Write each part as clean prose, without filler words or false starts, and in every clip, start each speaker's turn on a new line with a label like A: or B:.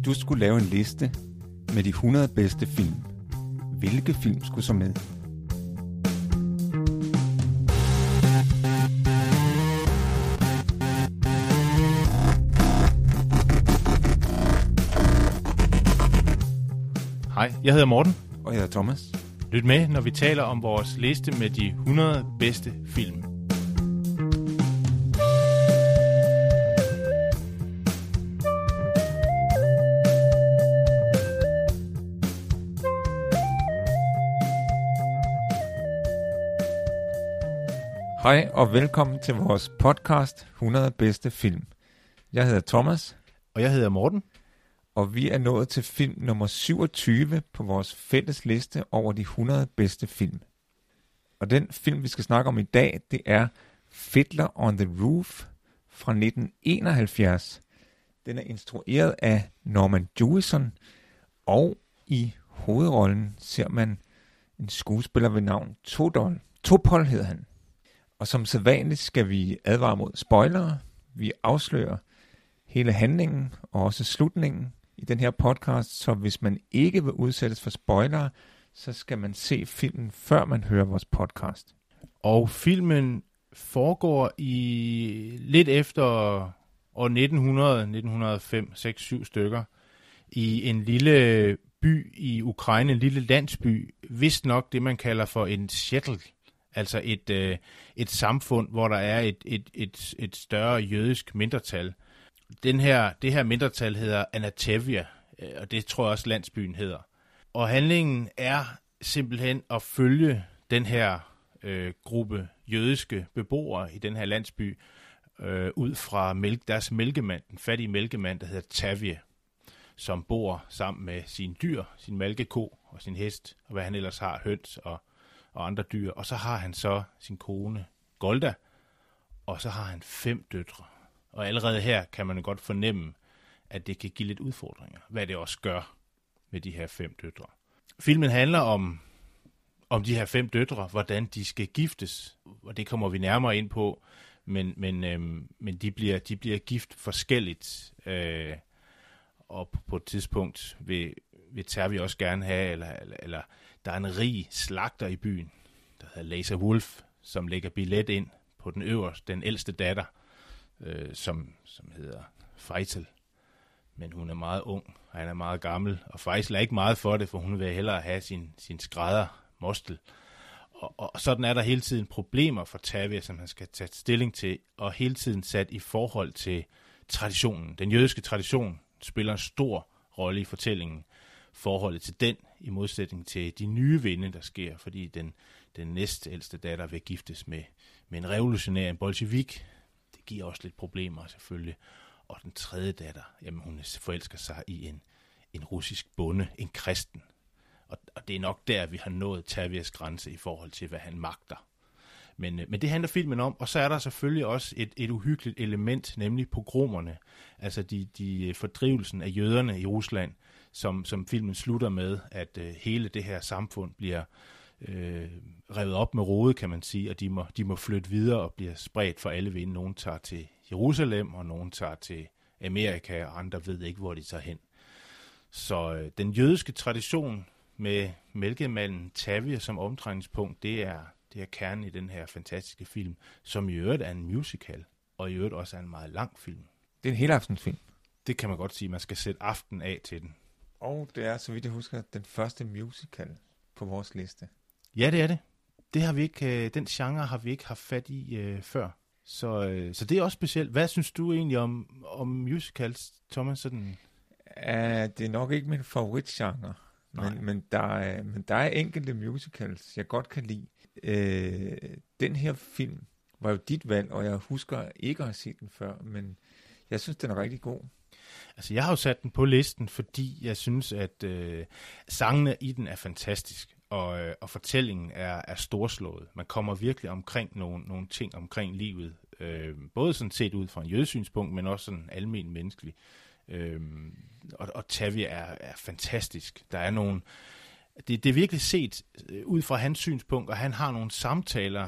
A: du skulle lave en liste med de 100 bedste film, hvilke film skulle så med?
B: Hej, jeg hedder Morten.
A: Og jeg hedder Thomas.
B: Lyt med, når vi taler om vores liste med de 100 bedste film.
A: Hej og velkommen til vores podcast 100 bedste film. Jeg hedder Thomas.
B: Og jeg hedder Morten.
A: Og vi er nået til film nummer 27 på vores fælles liste over de 100 bedste film. Og den film, vi skal snakke om i dag, det er Fiddler on the Roof fra 1971. Den er instrueret af Norman Jewison, og i hovedrollen ser man en skuespiller ved navn Topol hedder han. Og som sædvanligt skal vi advare mod spoilere. Vi afslører hele handlingen og også slutningen i den her podcast, så hvis man ikke vil udsættes for spoilere, så skal man se filmen, før man hører vores podcast.
B: Og filmen foregår i lidt efter år 1900, 1905, 6-7 stykker, i en lille by i Ukraine, en lille landsby, vist nok det, man kalder for en shtetl, altså et samfund, hvor der er et større jødisk mindretal. Det her mindretal hedder Anatevia, og det tror jeg også landsbyen hedder. Og handlingen er simpelthen at følge den her gruppe jødiske beboere i den her landsby ud fra deres mælkemand, den fattige mælkemand, der hedder Tavie, som bor sammen med sine dyr, sin malkeko og sin hest, og hvad han ellers har, høns og andre dyr. Og så har han så sin kone Golda, og så har han 5 døtre. Og allerede her kan man jo godt fornemme, at det kan give lidt udfordringer, hvad det også gør med de her 5 døtre. Filmen handler om de her 5 døtre, hvordan de skal giftes, og det kommer vi nærmere ind på, men de bliver gift forskelligt, og på et tidspunkt vil Tavie også gerne have, eller der er en rig slagter i byen, der hedder Laser Wolf, som lægger billet ind på den ældste datter, som hedder Faisal. Men hun er meget ung, og han er meget gammel, og Faisal er ikke meget for det, for hun vil hellere have sin skrædder, Mostel. Og sådan er der hele tiden problemer for Tavie, som han skal tage stilling til, og hele tiden sat i forhold til traditionen. Den jødiske tradition spiller en stor rolle i fortællingen, forholdet til den, i modsætning til de nye vinde, der sker, fordi den næstældste datter vil giftes med en revolutionær, en bolsjevik. Det giver også lidt problemer selvfølgelig. Og den tredje datter, jamen hun forelsker sig i en russisk bonde, en kristen. Og det er nok der, vi har nået Tavies grænse i forhold til, hvad han magter. Men det handler filmen om, og så er der selvfølgelig også et uhyggeligt element, nemlig pogromerne, altså de fordrivelsen af jøderne i Rusland, som filmen slutter med, at hele det her samfund bliver revet op med rode, kan man sige, og de må flytte videre og bliver spredt for alle vinde. Nogen tager til Jerusalem, og nogen tager til Amerika, og andre ved ikke, hvor de tager hen. Så den jødiske tradition med mælkemanden Tavie som omdrejningspunkt, det er kernen i den her fantastiske film, som i øvrigt er en musical, og i øvrigt også er en meget lang film.
A: Det er en helaftensfilm.
B: Det kan man godt sige, man skal sætte aften af til den. Og
A: det er, så vidt jeg husker, den første musical på vores liste.
B: Ja, det er det. Det har vi ikke, den genre har vi ikke haft fat i før. Så det er også specielt. Hvad synes du egentlig om musicals, Thomas? Sådan?
A: Det er nok ikke min favoritgenre, men der er enkelte musicals, jeg godt kan lide. Den her film var jo dit valg, og jeg husker ikke at have set den før, men jeg synes, den er rigtig god.
B: Altså, jeg har jo sat den på listen, fordi jeg synes, at sangene i den er fantastisk, og fortællingen er storslået. Man kommer virkelig omkring nogle ting omkring livet, både sådan set ud fra en jødesynspunkt, men også sådan almen menneskelig. Og Tavie er fantastisk. Der er nogle... Det er virkelig set ud fra hans synspunkt, og han har nogle samtaler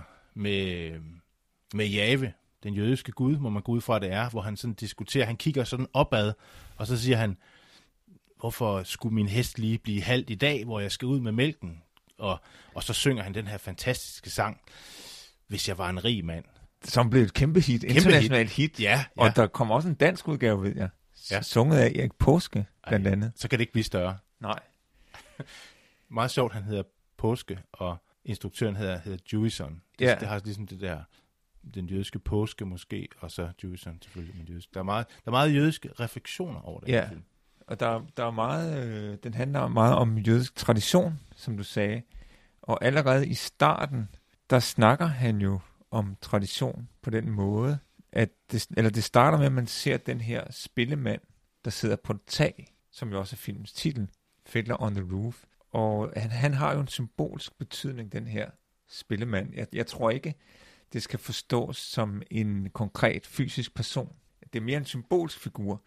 B: med Jave, den jødiske gud, må man gå ud fra, det er, hvor han sådan diskuterer, han kigger sådan opad, og så siger han, hvorfor skulle min hest lige blive halvt i dag, hvor jeg skal ud med mælken? Og så synger han den her fantastiske sang, Hvis jeg var en rig mand.
A: Som blev et kæmpe hit, internationalt hit.
B: Ja.
A: Og der kom også en dansk udgave, ved jeg. Sunget af Erik Paaske, blandt andet.
B: Så kan det ikke blive større.
A: Nej.
B: Meget sjovt, han hedder Paaske, og instruktøren hedder Jewison. Det har ligesom det der, den jødiske påske måske, og så Jewison selvfølgelig med jødisk. Der er meget jødiske refleksioner over det her film.
A: Og der er meget, den handler meget om jødisk tradition, som du sagde. Og allerede i starten, der snakker han jo om tradition på den måde, at det starter med, at man ser den her spillemand, der sidder på et tag, som jo også er filmens titel, Fiddler on the Roof. Og han har jo en symbolsk betydning, den her spillemand. Jeg tror ikke, det skal forstås som en konkret fysisk person. Det er mere en symbolsk figur,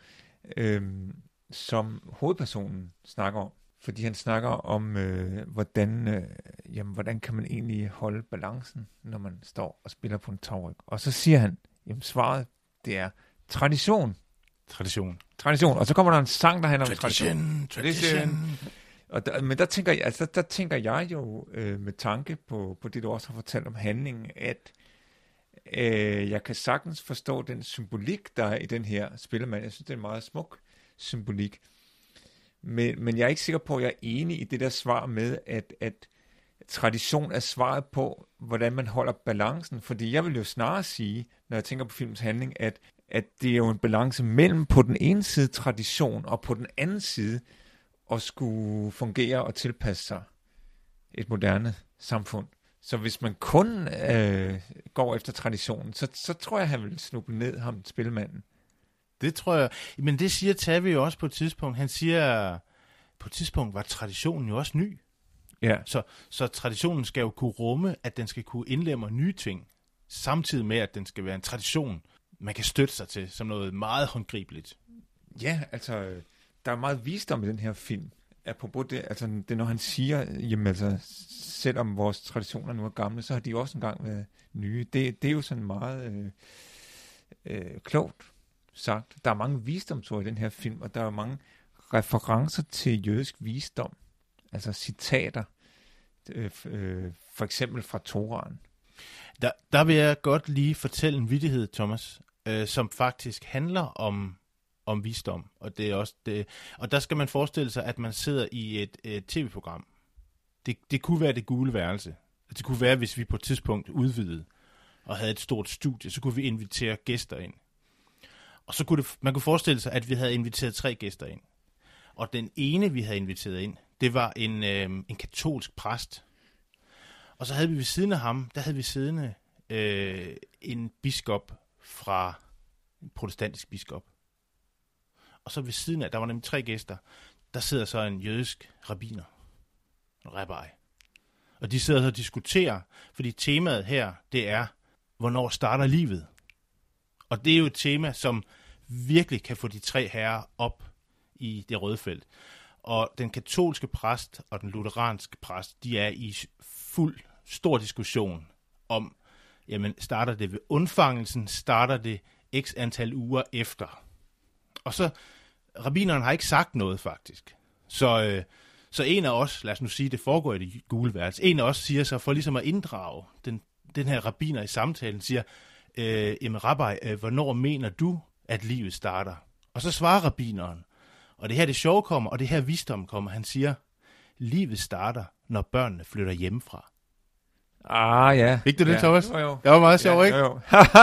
A: som hovedpersonen snakker om. Fordi han snakker om, hvordan kan man egentlig holde balancen, når man står og spiller på en tagryg. Og så siger han, jamen svaret, det er tradition.
B: Tradition.
A: Og så kommer der en sang, der handler om
B: tradition.
A: Men der tænker jeg jo med tanke på det, du også har fortalt om handlingen, at jeg kan sagtens forstå den symbolik, der er i den her spillemand. Jeg synes, det er en meget smuk symbolik. Men jeg er ikke sikker på, at jeg er enig i det der svar med, at tradition er svaret på, hvordan man holder balancen. Fordi jeg vil jo snarere sige, når jeg tænker på filmens handling, at det er jo en balance mellem på den ene side tradition, og på den anden side at skulle fungere og tilpasse sig et moderne samfund. Så hvis man kun går efter traditionen, så tror jeg, han vil snuble ned, ham spillemanden.
B: Det tror jeg. Men det siger Tavi jo også på et tidspunkt. Han siger, på et tidspunkt var traditionen jo også ny.
A: Ja.
B: Så traditionen skal jo kunne rumme, at den skal kunne indlemme nye ting, samtidig med, at den skal være en tradition, man kan støtte sig til, som noget meget håndgribeligt.
A: Ja, altså, der er meget visdom i den her film. Apropos det, altså, det når han siger, jamen altså, selvom vores traditioner nu er gamle, så har de også engang været nye. Det er jo sådan meget klogt sagt. Der er mange visdomsord i den her film, og der er mange referencer til jødisk visdom. Altså citater, for eksempel fra Toraen.
B: Der vil jeg godt lige fortælle en vittighed, Thomas, som faktisk handler om visdom. Og det er også det. Og der skal man forestille sig, at man sidder i et tv-program. Det kunne være Det Gule Værelse. Det kunne være, hvis vi på et tidspunkt udvidede og havde et stort studie, så kunne vi invitere gæster ind. Og så kunne man kunne forestille sig, at vi havde inviteret 3 gæster ind. Og den ene, vi havde inviteret ind, det var en katolsk præst. Og så havde vi ved siden af ham, der havde vi siddende en biskop fra en protestantisk biskop. Og så ved siden af, der var nemlig 3 gæster, der sidder så en jødisk rabbiner, en rabbi. Og de sidder så og diskuterer, fordi temaet her, det er, hvornår starter livet? Og det er jo et tema, som virkelig kan få de 3 herrer op i det røde felt. Og den katolske præst og den lutheranske præst, de er i fuld stor diskussion om, jamen starter det ved undfangelsen, starter det x antal uger efter. Og så, rabbineren har ikke sagt noget faktisk. Så en af os, lad os nu sige, det foregår i Det Gule Værelse, en af os siger så, for ligesom at inddrage den her rabbiner i samtalen, siger, jamen rabbi, hvornår mener du, at livet starter? Og så svarer rabbineren, og det her det sjove kommer, og det her visdom kommer, han siger, livet starter, når børnene flytter hjemmefra.
A: Ah, ja.
B: Fik du det,
A: ja.
B: Thomas?
A: Jo.
B: Det var meget sjovt, ikke?
A: Jo.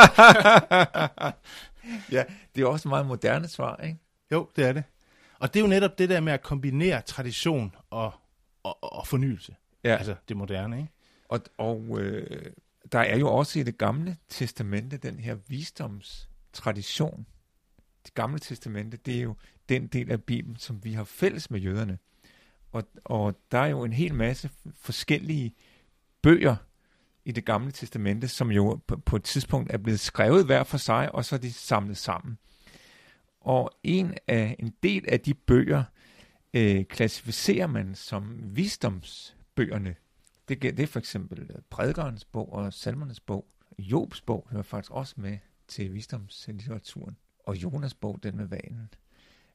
A: Ja, det er også et meget moderne svar, ikke?
B: Jo, det er det. Og det er jo netop det der med at kombinere tradition og fornyelse.
A: Ja.
B: Altså det moderne, ikke?
A: Og der er jo også i Det Gamle Testamente den her visdomstradition. Det Gamle Testamente, det er jo den del af Bibelen, som vi har fælles med jøderne. Og der er jo en hel masse forskellige bøger i Det Gamle Testamente, som jo på et tidspunkt er blevet skrevet hver for sig, og så er de samlet sammen. Og en del af de bøger klassificerer man som visdomsbøgerne. Det er for eksempel Prædikernes bog og Salmernes bog. Jobs bog hører faktisk også med til visdomslitteraturen. Og Jonas bog, den med vanen.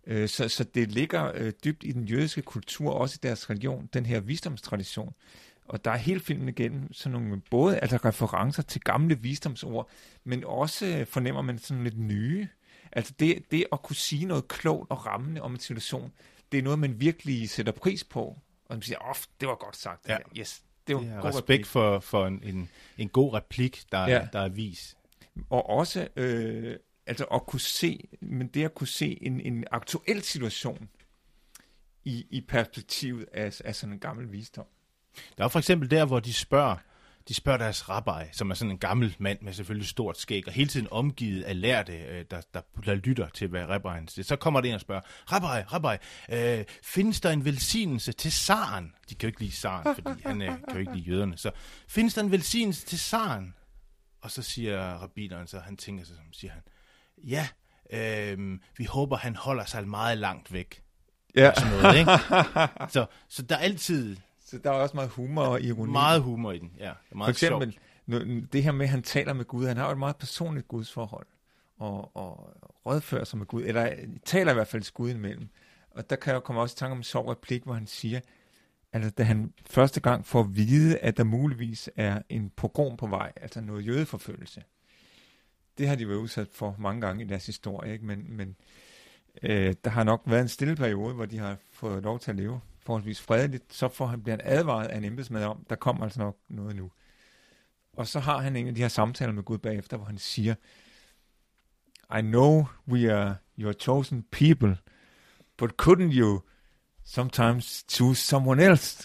A: Så det ligger dybt i den jødiske kultur, også i deres religion, den her visdomstradition. Og der er hele filmen igennem sådan nogle, både altså referencer til gamle visdomsord, men også fornemmer man sådan lidt nye. Altså det at kunne sige noget klogt og rammende om en situation, det er noget, man virkelig sætter pris på. Og man siger, det var godt sagt.
B: Ja.
A: Yes, det var god
B: respekt for en god replik, der er vis.
A: Og også altså at kunne se, men det at kunne se en aktuel situation i perspektivet af sådan en gammel visdom.
B: Der er for eksempel der, hvor de spørger deres rabbi, som er sådan en gammel mand med selvfølgelig stort skæg, og hele tiden omgivet af lærte, der lytter til, hvad rabbien siger. Så kommer det ind og spørger, rabbi, findes der en velsignelse til zaren? De kan jo ikke lide zaren, fordi han kan jo ikke lide jøderne. Så findes der en velsignelse til zaren? Og så siger rabbineren, så han tænker sig, siger han, ja, vi håber, han holder sig meget langt væk.
A: Ja.
B: Sådan noget, ikke? Så der er altid...
A: Så der er også meget humor og ironi.
B: Meget humor i den, ja. Det er meget
A: for eksempel, det her med, at han taler med Gud, han har jo et meget personligt gudsforhold, og rådfører sig med Gud, eller taler i hvert fald til Gud imellem. Og der kan jeg jo komme også i tanke om en sjov replik, hvor han siger, altså da han første gang får at vide, at der muligvis er en pogrom på vej, altså noget jødeforfølgelse. Det har de været udsat for mange gange i deres historie, ikke? Men der har nok været en stille periode, hvor de har fået lov til at leve forholdsvis fredeligt, så bliver han advaret af en embedsmand om, der kommer altså nok noget nu. Og så har han en af de her samtaler med Gud bagefter, hvor han siger, I know we are your chosen people, but couldn't you sometimes choose someone else?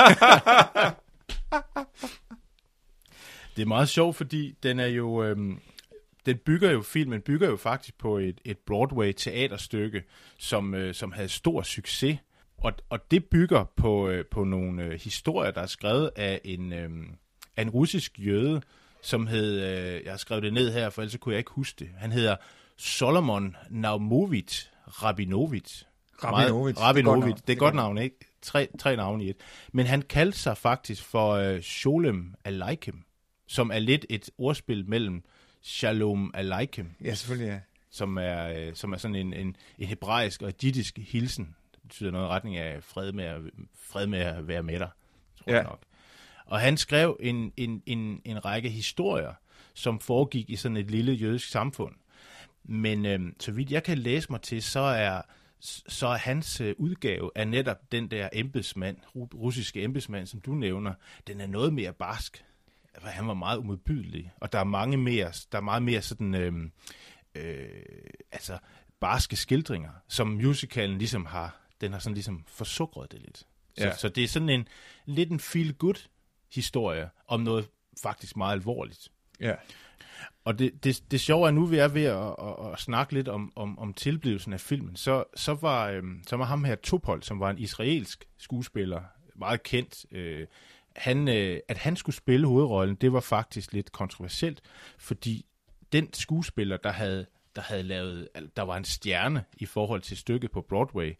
B: Det er meget sjovt, fordi den er jo... Filmen bygger jo faktisk på et Broadway-teaterstykke, som havde stor succes. Og det bygger på nogle historier, der er skrevet af en russisk jøde, som hed, jeg har skrevet det ned her, for ellers kunne jeg ikke huske det. Han hedder Solomon Naumovitch Rabinovitch. Rabinovitch. Det er et godt navn, ikke? Tre navne i et. Men han kaldte sig faktisk for Sholem Aleichem, som er lidt et ordspil mellem Shalom Aleichem.
A: Ja, selvfølgelig, ja.
B: Som er sådan en hebraisk og jiddisk hilsen. Det betyder noget i retning af fred med at være med dig, tror jeg nok. Og han skrev en række historier, som foregik i sådan et lille jødisk samfund. Men så vidt jeg kan læse mig til, så er hans udgave af netop den der embedsmand, russiske embedsmand, som du nævner, den er noget mere barsk. Han var meget umodbydelig, og der er meget mere sådan altså barske skildringer, som musicalen ligesom har sådan ligesom forsukret det lidt. Så det er sådan lidt en feel-good historie om noget faktisk meget alvorligt.
A: Ja.
B: Og det sjove er nu, vi er ved at snakke lidt om tilblivelsen af filmen, så var ham her Topol, som var en israelsk skuespiller, meget kendt. At han skulle spille hovedrollen, det var faktisk lidt kontroversielt, fordi den skuespiller, der havde lavet, der var en stjerne i forhold til stykket på Broadway,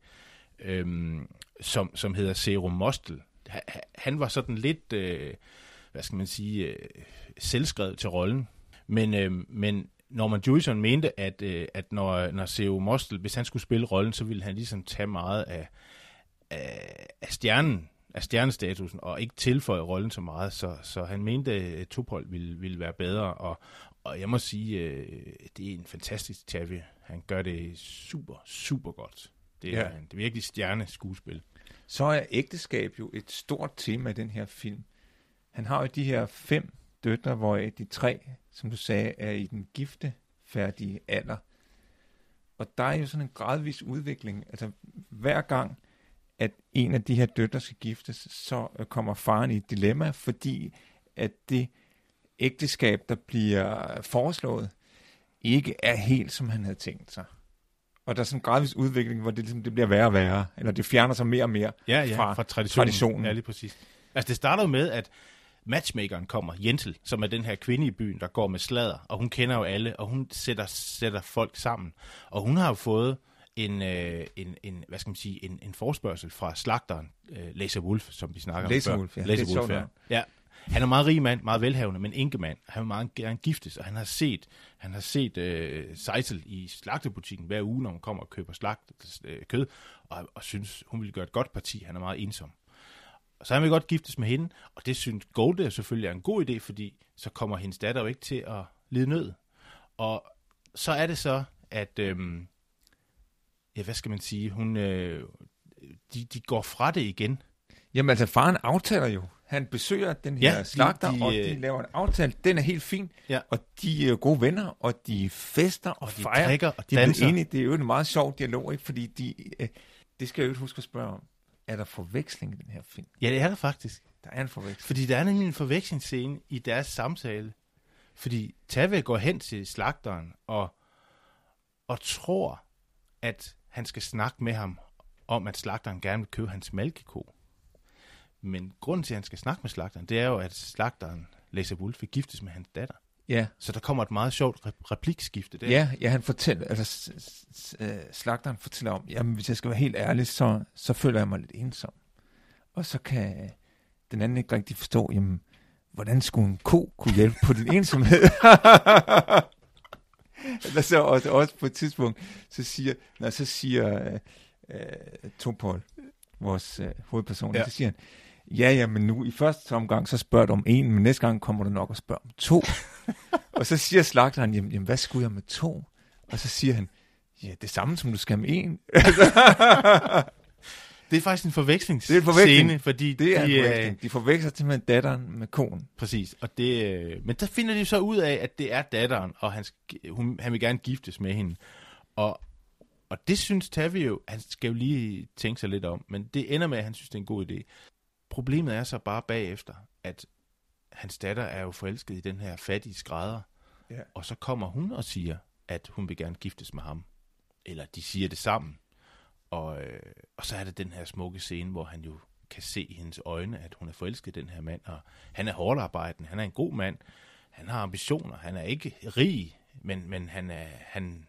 B: som hedder Serum Mostel. Han var sådan lidt, hvad skal man sige, selvskrevet til rollen. Men Norman Jewison mente, at når Serum Mostel, hvis han skulle spille rollen, så ville han ligesom tage meget af stjernestatusen, og ikke tilføje rollen så meget, så han mente, at Topol ville være bedre, og jeg må sige, det er en fantastisk Tavi. Han gør det super, super godt. Det er virkelig stjerneskuespil.
A: Så er ægteskab jo et stort tema i den her film. Han har jo de her 5 døtre, hvor de 3, som du sagde, er i den giftefærdige alder. Og der er jo sådan en gradvis udvikling. Altså hver gang, at en af de her døtre skal giftes, så kommer faren i et dilemma, fordi at det ægteskab, der bliver foreslået, ikke er helt, som han havde tænkt sig. Og der er sådan en gradvis udvikling, hvor det bliver værre og værre, eller det fjerner sig mere og mere fra traditionen.
B: Ja, lige præcis. Altså det starter med, at matchmakeren kommer, Jentel, som er den her kvinde i byen, der går med sladder, og hun kender jo alle, og hun sætter folk sammen. Og hun har jo fået hvad skal man sige, en forespørgsel fra slagteren, Lasse Wolf, som vi snakker om før.
A: Lasse Wolf, ja.
B: Han er meget rig mand, meget velhavende, men enkemand. Han vil meget gerne giftes, og han har set Seisel i slagterbutikken hver uge, når hun kommer og køber kød, og synes, hun vil gøre et godt parti. Han er meget ensom. Og så han vil godt giftes med hende, og det synes Golde selvfølgelig er en god idé, fordi så kommer hendes datter jo ikke til at lide nød. Og så er det så, at, hvad skal man sige, de går fra det igen.
A: Jamen altså, faren aftaler jo. Han besøger den her slagter, og de laver en aftale. Den er helt fin, og de er gode venner, og de fester og
B: de
A: fejrer.
B: drikker og
A: de
B: danser.
A: Er enige. Det er jo en meget sjov dialog, ikke? Fordi det skal jeg jo huske at spørge om. Er der forveksling i den her film?
B: Ja, det er der faktisk.
A: Der er en forveksling.
B: Fordi der er nemlig en forvekslingsscene i deres samtale. Fordi Tave går hen til slagteren og tror, at han skal snakke med ham om, at slagteren gerne vil købe hans malkeko. Men grunden til, at han skal snakke med slagteren, det er jo, at slagteren, Lisa Wolf, vil giftes med hans datter.
A: Ja.
B: Så der kommer et meget sjovt replikskifte der.
A: Ja, han fortæller, altså slagteren fortæller om, jamen hvis jeg skal være helt ærlig, så føler jeg mig lidt ensom. Og så kan den anden ikke rigtig forstå, jamen, hvordan skulle en ko kunne hjælpe på din ensomhed? Eller så også på et tidspunkt, så siger Topol, vores hovedperson, så siger han, ja, men nu i første omgang, så spørger du om en, men næste gang kommer du nok og spørger om 2. Og så siger slagteren, jamen hvad skulle jeg med 2? Og så siger han, ja, det samme som du skal med 1.
B: Det er faktisk en forvekslingsscene, fordi
A: de forveksler simpelthen datteren med konen.
B: Præcis, og men der finder de så ud af, at det er datteren, og han vil gerne giftes med hende. Og det synes Tavi jo, han skal jo lige tænke sig lidt om, men det ender med, at han synes, det er en god idé. Problemet er så bare bagefter, at hans datter er jo forelsket i den her fattige skrædder, og så kommer hun og siger, at hun vil gerne giftes med ham. Eller de siger det sammen. Og så er det den her smukke scene, hvor han jo kan se i hendes øjne, at hun er forelsket i den her mand, og han er hårdarbejdende, han er en god mand, han har ambitioner, han er ikke rig, men han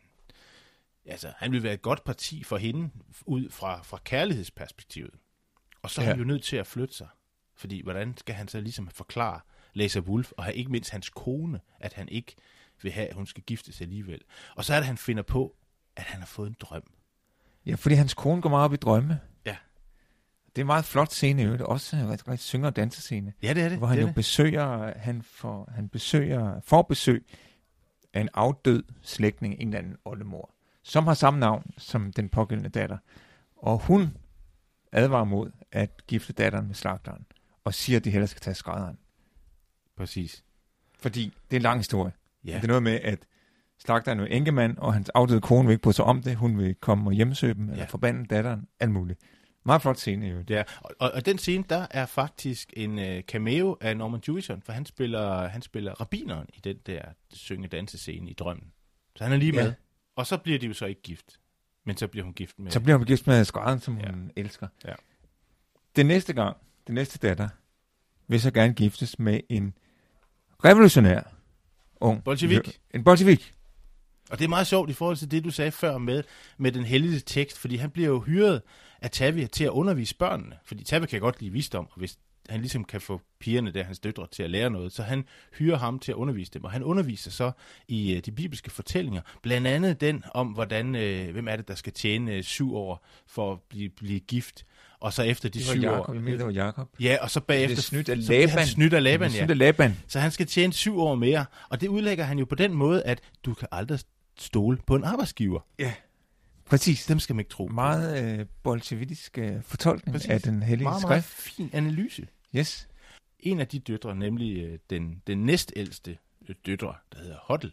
B: vil være et godt parti for hende, ud fra kærlighedsperspektivet. Og så er han jo nødt til at flytte sig, fordi hvordan skal han så ligesom forklare Lisa Wolf, og ikke mindst hans kone, at han ikke vil have, at hun skal giftes alligevel. Og så er det, han finder på, at han har fået en drøm.
A: Ja, fordi hans kone går meget op i drømme.
B: Ja.
A: Det er en meget flot scene i øvrigt, også en rigtig synger- og dansescene.
B: Ja, det er det.
A: Hvor han jo besøger, får besøg af en afdød slægtning, en eller anden oldemor, som har samme navn som den pågældende datter. Og hun advarer mod at gifte datteren med slagteren, og siger, at de hellere skal tage skrædderen.
B: Præcis.
A: Fordi det er en lang historie.
B: Ja.
A: Det er noget med, at slagteren er jo enkemand, og hans afdøde kone vil ikke bryde sig om det. Hun vil komme og hjemsøge dem, eller forbande datteren, alt muligt. Meget flot scene jo.
B: Ja, og den scene, der er faktisk en cameo af Norman Jewison, for han spiller rabbineren i den der synge-dansescene i drømmen. Så han er lige med. Og så bliver de jo så ikke gift. Men så bliver hun gift med...
A: Så bliver hun gift med skrædderen, som hun elsker. Ja. Den næste datter, vil så gerne giftes med en revolutionær ung...
B: Bolshevik.
A: En bolshevik.
B: Og det er meget sjovt i forhold til det, du sagde før med den hellige tekst, fordi han bliver jo hyret af Tavi til at undervise børnene. Fordi Tavi kan godt lide visdom, og hvis han ligesom kan få pigerne der, hans døtre, til at lære noget, så han hyrer ham til at undervise dem. Og han underviser så i de bibelske fortællinger, blandt andet den om, hvordan, hvem er det, der skal tjene 7 år for at blive gift, og så efter de 7 år...
A: Det var Jakob.
B: Ja, og så bagefter...
A: Det snydt af Laban.
B: Han snydt af Laban,
A: ja. Laban.
B: Så han skal tjene 7 år mere, og det udlægger han jo på den måde, at du kan aldrig stole på en arbejdsgiver.
A: Ja, præcis.
B: Dem skal man ikke tro på.
A: Meget bolsjevitisk fortolkning af den hellige skrift.
B: Meget fin analyse.
A: Yes.
B: En af de døtre, nemlig den næstældste døtre, der hedder Hoddle,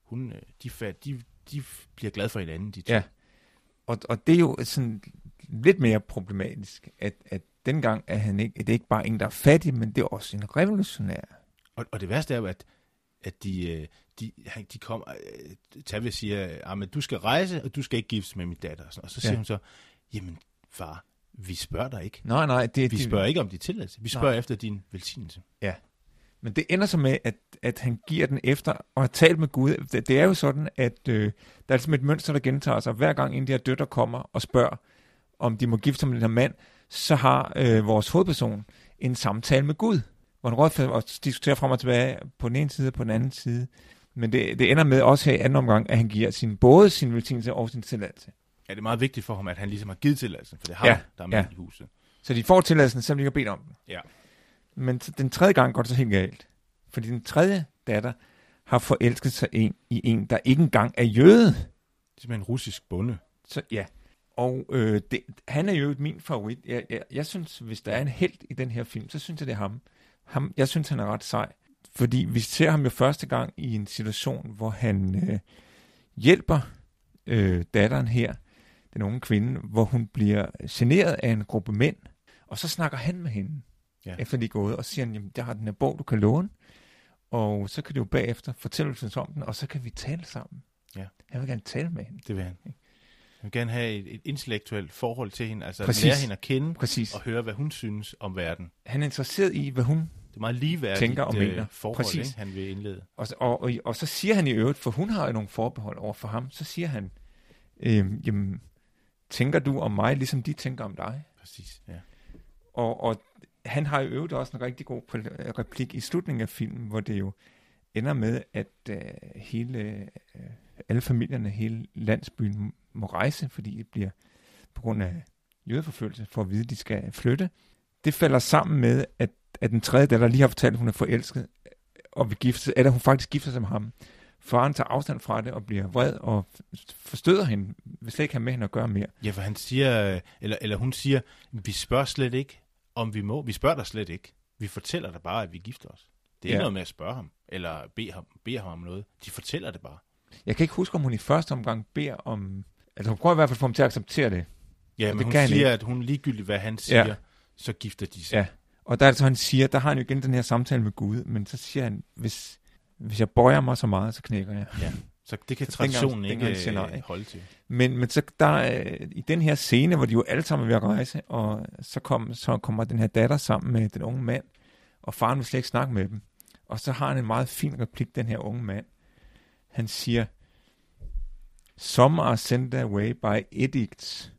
B: de bliver glade for hinanden, de to.
A: Ja, og det er jo sådan lidt mere problematisk, at dengang er han ikke, det er ikke bare en, der er fattig, men det er også en revolutionær.
B: Og det værste er jo, at de kommer, Tavi siger, men du skal rejse, og du skal ikke giftes med min datter. Og så siger hun så, jamen far, vi spørger dig ikke.
A: Nej,
B: vi spørger ikke om din tilladelse. Vi spørger efter din velsignelse.
A: Ja, men det ender så med, at han giver den efter at have talt med Gud. Det er jo sådan, at der er ligesom et mønster, der gentager sig. Hver gang en af de her døtre kommer og spørger, om de må gifte sig med den her mand, så har vores hovedperson en samtale med Gud. hvor han rådfører og diskuterer frem og tilbage på den ene side og på den anden side. Men det ender med også her i anden omgang, at han giver både sin velsignelse og sin tilladelse.
B: Ja, det er meget vigtigt for ham, at han ligesom har givet tilladelsen, for det er ham, der er med i huset.
A: Så de får tilladelsen, selvom de ikke har bedt om den.
B: Ja.
A: Men den tredje gang går det så helt galt. Fordi den tredje datter har forelsket sig i en, der ikke engang er jøde.
B: Det er simpelthen en russisk bonde.
A: Så ja. Og han er jo min favorit. Jeg synes, hvis der er en helt i den her film, så synes jeg, det er ham. Jeg synes, han er ret sej. Fordi vi ser ham jo første gang i en situation, hvor han hjælper datteren her, den unge kvinde, hvor hun bliver generet af en gruppe mænd. Og så snakker han med hende, efter de er gået, og siger, jamen, jeg har den her bog, du kan låne. Og så kan du jo bagefter fortælle om den, og så kan vi tale sammen. Ja. Han vil gerne tale med hende.
B: Det vil han. Han vil gerne have et intellektuelt forhold til hende, altså
A: Præcis.
B: lære hende at kende,
A: Præcis.
B: og høre, hvad hun synes om verden.
A: Han er interesseret i, hvad hun
B: det er meget ligeværdigt
A: tænker og mener.
B: Forhold, ikke, han vil indlede.
A: Og så siger han i øvrigt, for hun har jo nogle forbehold over for ham, så siger han, jamen, tænker du om mig, ligesom de tænker om dig?
B: Præcis, ja.
A: Og han har i øvrigt også en rigtig god replik i slutningen af filmen, hvor det jo ender med, at alle familierne, hele landsbyen må rejse, fordi det bliver på grund af jødeforfølgelse, for at vide, at de skal flytte. Det falder sammen med, at den tredje datter lige har fortalt, at hun er forelsket, og vil gifte sig, eller hun faktisk gifter sig med ham. Faren tager afstand fra det og bliver vred og forstøder hende, vil slet ikke have med hende at gøre mere.
B: Ja, for han siger, eller hun siger, vi spørger slet ikke, om vi må. Vi spørger dig slet ikke. Vi fortæller dig bare, at vi gifter os. Det er ikke noget med at spørge ham, eller bede ham om noget. De fortæller det bare. Jeg
A: kan ikke huske, om hun i første omgang beder om... Altså hun prøver i hvert fald at få ham til at acceptere det.
B: Ja, men hun siger, at hun ligegyldigt, hvad han siger, så gifter de sig.
A: Ja, og der altså han siger, der har han jo igen den her samtale med Gud, men så siger han, hvis jeg bøjer mig så meget, så knækker jeg.
B: Ja, så det kan traditionen ikke holde til.
A: Men så der i den her scene, hvor de jo alle sammen er ved at rejse, og så kommer den her datter sammen med den unge mand, og faren vil slet ikke snakke med dem. Og så har han en meget fin replik, den her unge mand. Han siger, some are sent away by edicts,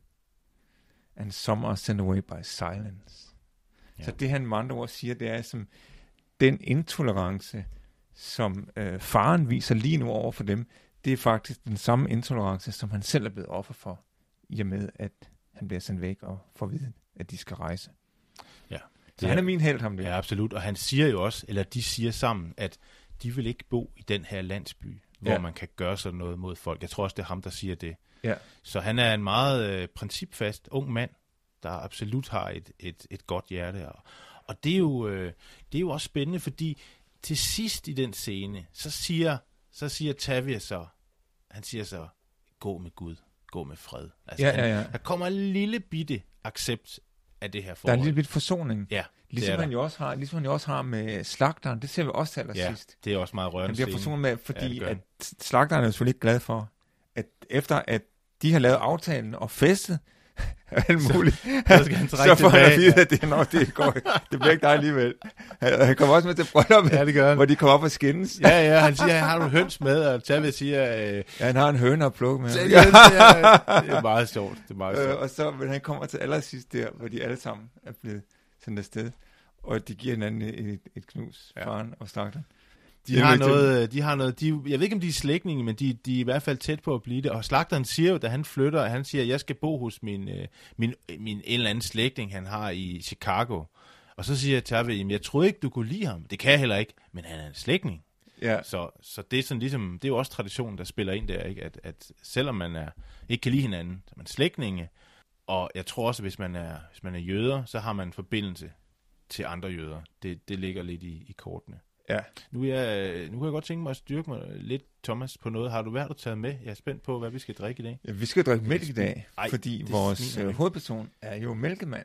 A: and some are sent away by silence. Ja. Så det han med andre ord siger, det er som den intolerance, som faren viser lige nu over for dem, det er faktisk den samme intolerance, som han selv er blevet offer for, i og med, at han bliver sendt væk og får at vide, at de skal rejse.
B: Ja.
A: Så han er min helt, ham det.
B: Ja, absolut. Og han siger jo også, eller de siger sammen, at de vil ikke bo i den her landsby, hvor man kan gøre sådan noget mod folk. Jeg tror også, det er ham, der siger det.
A: Ja.
B: Så han er en meget principfast ung mand, der absolut har et godt hjerte. Og det er jo også spændende, fordi til sidst i den scene, så siger Tavia så, han siger så, gå med Gud, gå med fred. Altså, der kommer en lille bitte accept af det her forhold.
A: Der er en lille bitte forsoning.
B: Ja,
A: ligesom han jo også har med slagteren. Det ser vi også til allersidst.
B: Ja, det er også meget rørende.
A: Han bliver forsonet med, fordi at slagteren er jo selvfølgelig ikke glad for, at efter at de har lavet aftalen og festet, alt muligt, så får han at vide, at det bliver ikke dig alligevel. Han kommer også med til brylluppet, hvor de kommer op og skændes.
B: Ja, han siger, har du høns med? Og Tavia siger...
A: han har en høne at plukke med.
B: Det er meget sjovt.
A: Og så vil han kommer til allersidst der, hvor de alle sammen er blevet sendt afsted, og de giver hinanden et knus, faren og slagteren.
B: De har noget, jeg ved ikke, om de er slægtninge, men de er i hvert fald tæt på at blive det. Og slagteren siger jo, da han flytter, han siger, jeg skal bo hos min en eller anden slægtning, han har i Chicago. Og så siger Tavia, jeg troede ikke, du kunne lide ham. Det kan jeg heller ikke, men han er en slægtning.
A: Ja.
B: Så det er sådan ligesom, det er jo også traditionen, der spiller ind der, ikke? At selvom man ikke kan lide hinanden, så er man slægtninge. Og jeg tror også, at hvis man er jøder, så har man en forbindelse til andre jøder. Det ligger lidt i kortene.
A: Ja.
B: Nu kan jeg godt tænke mig at styrke mig lidt, Thomas, på noget. Har du været taget med? Jeg er spændt på, hvad vi skal drikke i dag.
A: Ja, vi skal drikke mælk i dag, fordi vores hovedperson er jo mælkemand.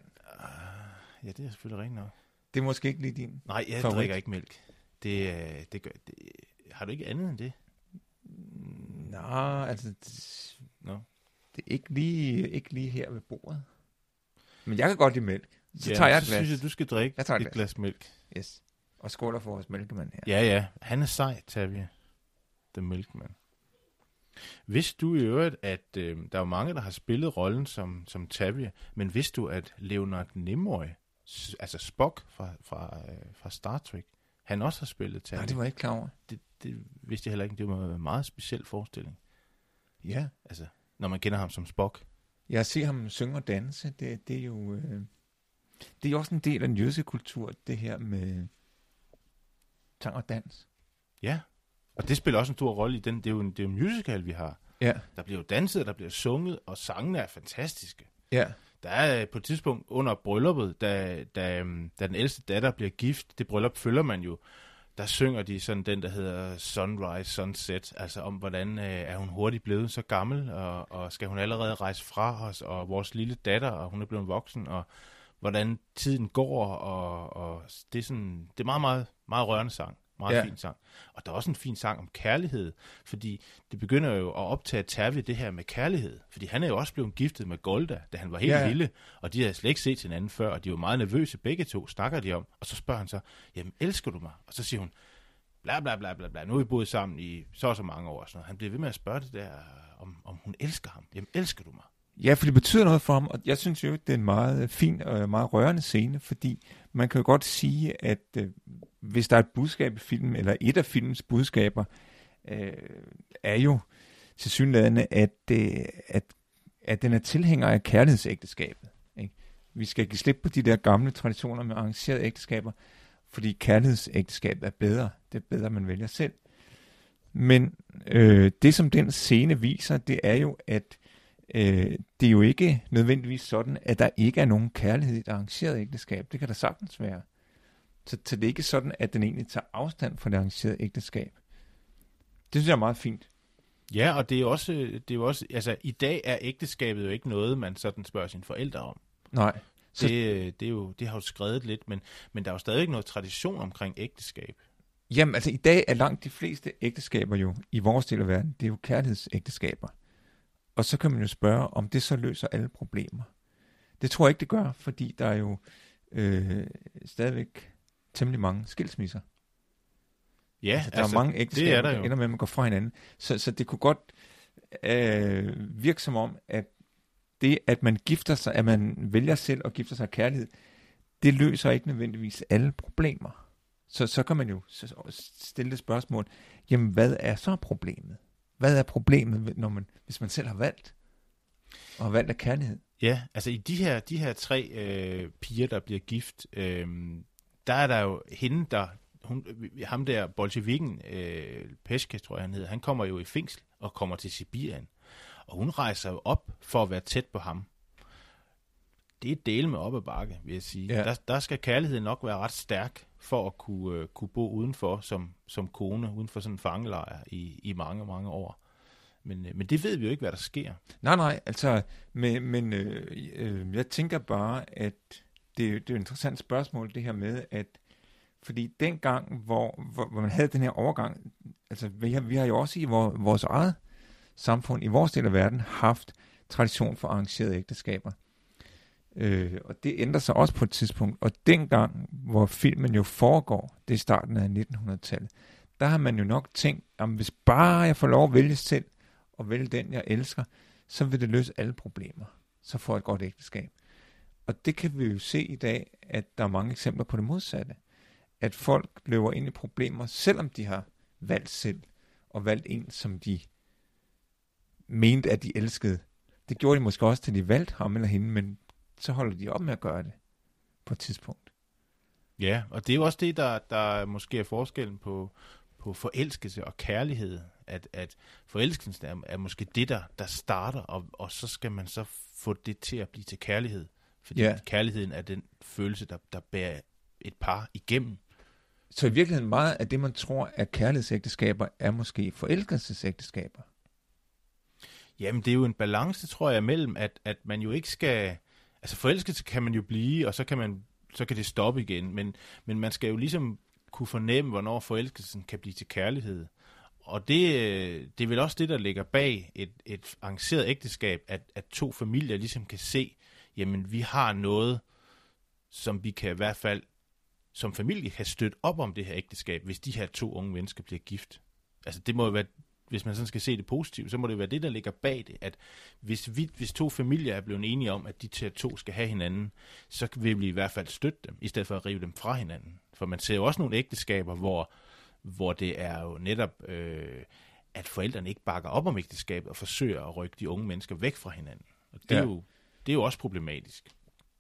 B: Ja, det er selvfølgelig rent nok.
A: Det er måske ikke lige din
B: Nej, jeg drikker ikke mælk. Det har du ikke andet end det?
A: Nej, altså... Det er ikke lige her ved bordet. Men jeg kan godt lide mælk. Så tager jeg et glas.
B: Så synes jeg, du skal drikke et glas mælk.
A: Yes. Og skåler for vores mælkemand her.
B: Ja. Han er sej, Tavia. The Milkman. Vidste du i øvrigt, at der er mange, der har spillet rollen som Tavia, men vidste du, at Leonard Nimoy altså Spock fra Star Trek, han også har spillet Tally.
A: Nej, det var jeg ikke klar over.
B: Det vidste jeg heller ikke. Det var en meget speciel forestilling.
A: Ja.
B: Altså, når man kender ham som Spock.
A: Jeg ser ham synge og danse. Det er jo... det er jo også en del af den jødiske kultur, det her med sang og dans.
B: Ja, og det spiller også en stor rolle i den. Det er jo en musical, vi har.
A: Ja.
B: Der bliver jo danset, der bliver sunget, og sangene er fantastiske.
A: Ja.
B: Der er på et tidspunkt under brylluppet, da den ældste datter bliver gift, det bryllup følger man jo, der synger de sådan den, der hedder Sunrise, Sunset, altså om hvordan er hun hurtigt blevet så gammel, og skal hun allerede rejse fra os, og vores lille datter, og hun er blevet voksen, og hvordan tiden går, og det er sådan, det er meget, meget, meget rørende sang. Meget fin sang. Og der er også en fin sang om kærlighed, fordi det begynder jo at optage Terje det her med kærlighed. Fordi han er jo også blevet giftet med Golda, da han var helt lille, og de havde slet ikke set hinanden før, og de var meget nervøse begge to, snakker de om. Og så spørger han så, jamen elsker du mig? Og så siger hun, bla bla bla bla bla, nu er vi boet sammen i så mange år. Og sådan noget. Han bliver ved med at spørge det der, om hun elsker ham. Jamen elsker du mig?
A: Ja, for det betyder noget for ham, og jeg synes jo, det er en meget fin og meget rørende scene, fordi man kan jo godt sige, at hvis der er et budskab i filmen, eller et af filmens budskaber, er jo tilsyneladende, at den er tilhænger af kærlighedsægteskabet. Ikke? Vi skal give slip på de der gamle traditioner med arrangerede ægteskaber, fordi kærlighedsægteskab er bedre. Det er bedre, man vælger selv. Men det, som den scene viser, det er jo, at det er jo ikke nødvendigvis sådan, at der ikke er nogen kærlighed i et arrangeret ægteskab. Det kan der sagtens være. Så det er ikke sådan, at den egentlig tager afstand fra det arrangerede ægteskab. Det synes jeg er meget fint.
B: Ja, og det er jo også, altså i dag er ægteskabet jo ikke noget, man sådan spørger sine forældre om.
A: Nej.
B: Det har jo skrevet lidt, men der er jo stadig ikke noget tradition omkring ægteskab.
A: Jamen, altså i dag er langt de fleste ægteskaber jo i vores del af verden, det er jo kærlighedsægteskaber. Og så kan man jo spørge, om det så løser alle problemer. Det tror jeg ikke, det gør, fordi der er jo stadigvæk temmelig mange skilsmisser.
B: Ja,
A: altså, der er mange ægteskaber, der ender med, at man går fra hinanden. Så det kunne godt virke som om, at det, at man gifter sig, at man vælger selv at gifte sig af kærlighed, det løser ikke nødvendigvis alle problemer. Så kan man jo stille det spørgsmål, jamen hvad er så problemet? Hvad er problemet, hvis man selv har valgt, og har valgt af kærlighed?
B: Ja, altså i de her tre piger, der bliver gift, der er der jo hende, ham der bolsjevikken, Peshka, tror jeg han hedder, han kommer jo i fængsel og kommer til Sibirien. Og hun rejser jo op for at være tæt på ham. Det er et del med op ad bakke, vil jeg sige. Ja. Der skal kærligheden nok være ret stærk for at kunne bo udenfor som kone, uden for sådan en fangelejr i mange, mange år. Men det ved vi jo ikke, hvad der sker.
A: Nej, altså, men jeg tænker bare, at det er jo et interessant spørgsmål, det her med, at fordi dengang, hvor man havde den her overgang, altså vi har jo også i vores eget samfund, i vores del af verden, haft tradition for arrangerede ægteskaber. Og det ændrer sig også på et tidspunkt. Og dengang, hvor filmen jo foregår, det er starten af 1900-tallet, der har man jo nok tænkt, at hvis bare jeg får lov at vælge selv, og vælge den, jeg elsker, så vil det løse alle problemer. Så får jeg et godt ægteskab. Og det kan vi jo se i dag, at der er mange eksempler på det modsatte. At folk løber ind i problemer, selvom de har valgt selv, og valgt en, som de mente, at de elskede. Det gjorde de måske også, til de valgte ham eller hende, men så holder de op med at gøre det på et tidspunkt.
B: Ja, og det er jo også det, der måske er forskellen på forelskelse og kærlighed. At forelskelsen er måske det, der starter, og så skal man så få det til at blive til kærlighed. Fordi kærligheden er den følelse, der bærer et par igennem.
A: Så i virkeligheden meget af det, man tror er kærlighedsægteskaber, er måske forelskelsesægteskaber? Jamen,
B: det er jo en balance, tror jeg, mellem, at man jo ikke skal... Altså, forelskelse kan man jo blive, og så kan det stoppe igen. Men man skal jo ligesom kunne fornemme, hvornår forelskelsen kan blive til kærlighed. Og det er vel også det, der ligger bag et arrangeret ægteskab, at to familier ligesom kan se, jamen, vi har noget, som vi kan i hvert fald som familie kan støtte op om det her ægteskab, hvis de her to unge mennesker bliver gift. Altså, det må jo være hvis man sådan skal se det positivt, så må det være det, der ligger bag det, at hvis to familier er blevet enige om, at de to skal have hinanden, så vil vi i hvert fald støtte dem, i stedet for at rive dem fra hinanden. For man ser jo også nogle ægteskaber, hvor det er jo netop, at forældrene ikke bakker op om ægteskabet og forsøger at rykke de unge mennesker væk fra hinanden. Og det er jo også problematisk.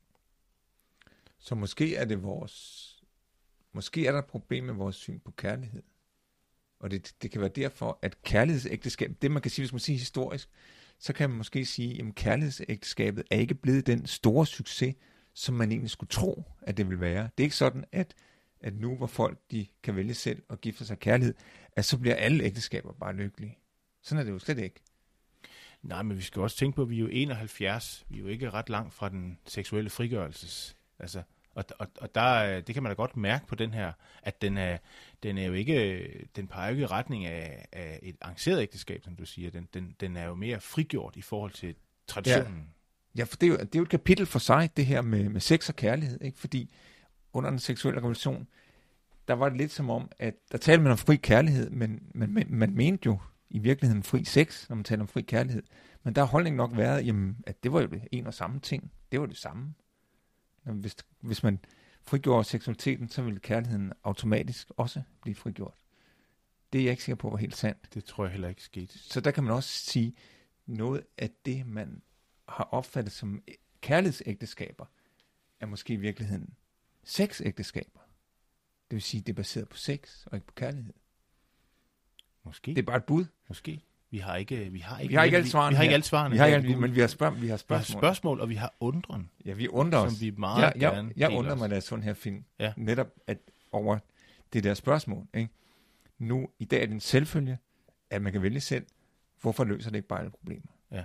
A: Så måske er der et problem med vores syn på kærlighed. Og det kan være derfor, at kærlighedsægteskab, det man kan sige, hvis man siger historisk, så kan man måske sige, at kærlighedsægteskabet er ikke blevet den store succes, som man egentlig skulle tro, at det vil være. Det er ikke sådan, at nu, hvor folk de kan vælge selv og gifte sig kærlighed, at så bliver alle ægteskaber bare lykkelige. Sådan er det jo slet ikke.
B: Nej, men vi skal også tænke på, at vi er jo 71. Vi er jo ikke ret langt fra den seksuelle frigørelses. Altså, og der, det kan man da godt mærke på den her, at den er jo ikke, den peger jo ikke i retning af et arrangeret ægteskab, som du siger. Den er jo mere frigjort i forhold til traditionen.
A: Ja, for det er jo et kapitel for sig, det her med sex og kærlighed, ikke? Fordi under den seksuelle revolution, der var det lidt som om, at der talte man om fri kærlighed, men man mente jo i virkeligheden fri sex, når man taler om fri kærlighed. Men der har holdningen nok været, jamen, at det var jo en og samme ting. Det var det samme. Hvis man frigjorde seksualiteten, så ville kærligheden automatisk også blive frigjort. Det er jeg ikke sikker på var helt sandt.
B: Det tror jeg heller ikke skete.
A: Så der kan man også sige, noget af det, man har opfattet som kærlighedsægteskaber, er måske i virkeligheden sexægteskaber. Det vil sige, det er baseret på sex og ikke på kærlighed.
B: Måske.
A: Det er bare et bud.
B: Måske. Vi har ikke
A: alle svarene.
B: Vi har ikke alle svarene.
A: Men vi har spørgsmål.
B: Vi har spørgsmål, og vi har undren.
A: Ja, vi undrer os.
B: Som vi meget gerne
A: jeg undrer mig, da sådan her film.
B: Ja.
A: Netop over det der spørgsmål. Ikke? Nu, i dag er det en selvfølge, at man kan vælge selv. Hvorfor løser det ikke bare alle problemer?
B: Ja.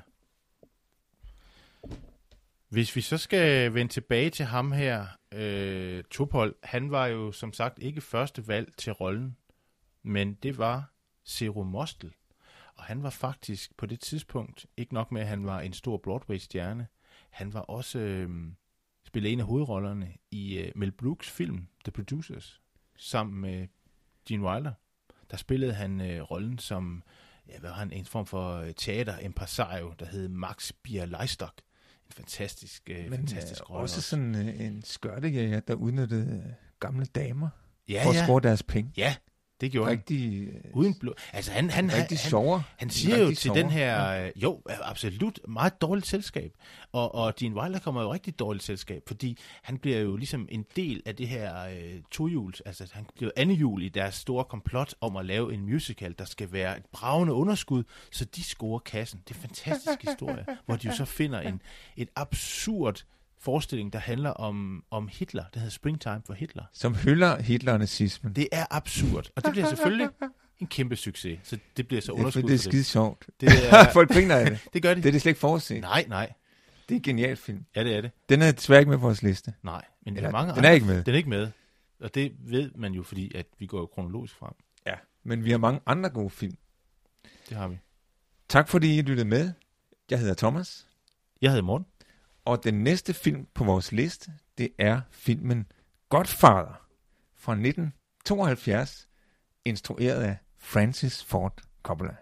B: Hvis vi så skal vende tilbage til ham her, Topol, han var jo som sagt ikke første valg til rollen, men det var Zero Mostel. Og han var faktisk på det tidspunkt, ikke nok med, at han var en stor Broadway-stjerne, han var også spillet en af hovedrollerne i Mel Brooks film, The Producers, sammen med Gene Wilder. Der spillede han rollen som en form for teater impresario, der hed Max Bialystock. En fantastisk rolle.
A: Også sådan en skørtejæger, der udnyttede gamle damer
B: for
A: at score deres penge.
B: Ja, det gjorde
A: rigtig,
B: han. Uden blod. Altså han siger jo til den her, absolut, meget dårligt selskab. Og Gene Wilder kommer jo rigtig dårligt selskab, fordi han bliver jo ligesom en del af det her tohjuls, altså han bliver andehjul i deres store komplot om at lave en musical, der skal være et bragende underskud, så de scorer kassen. Det er en fantastisk historie, hvor de jo så finder et absurd forestilling, der handler om Hitler. Det hedder Springtime for Hitler.
A: Som hylder Hitler og nazismen.
B: Det er absurd. Og det bliver selvfølgelig en kæmpe succes. Så det bliver så underskud.
A: Det er skide sjovt.
B: Er,
A: folk griner af det.
B: Det gør de.
A: Det er det slet ikke forudset.
B: Nej.
A: Det er en genial film.
B: Ja, det er det.
A: Den er desværre ikke med på vores liste.
B: Nej, men
A: den
B: er
A: ikke med.
B: Den er ikke med. Og det ved man jo, fordi at vi går jo kronologisk frem.
A: Ja, men vi har mange andre gode film.
B: Det har vi.
A: Tak fordi I lyttede med. Jeg hedder Thomas.
B: Jeg hedder Morten.
A: Og den næste film på vores liste, det er filmen Godfather fra 1972, instrueret af Francis Ford Coppola.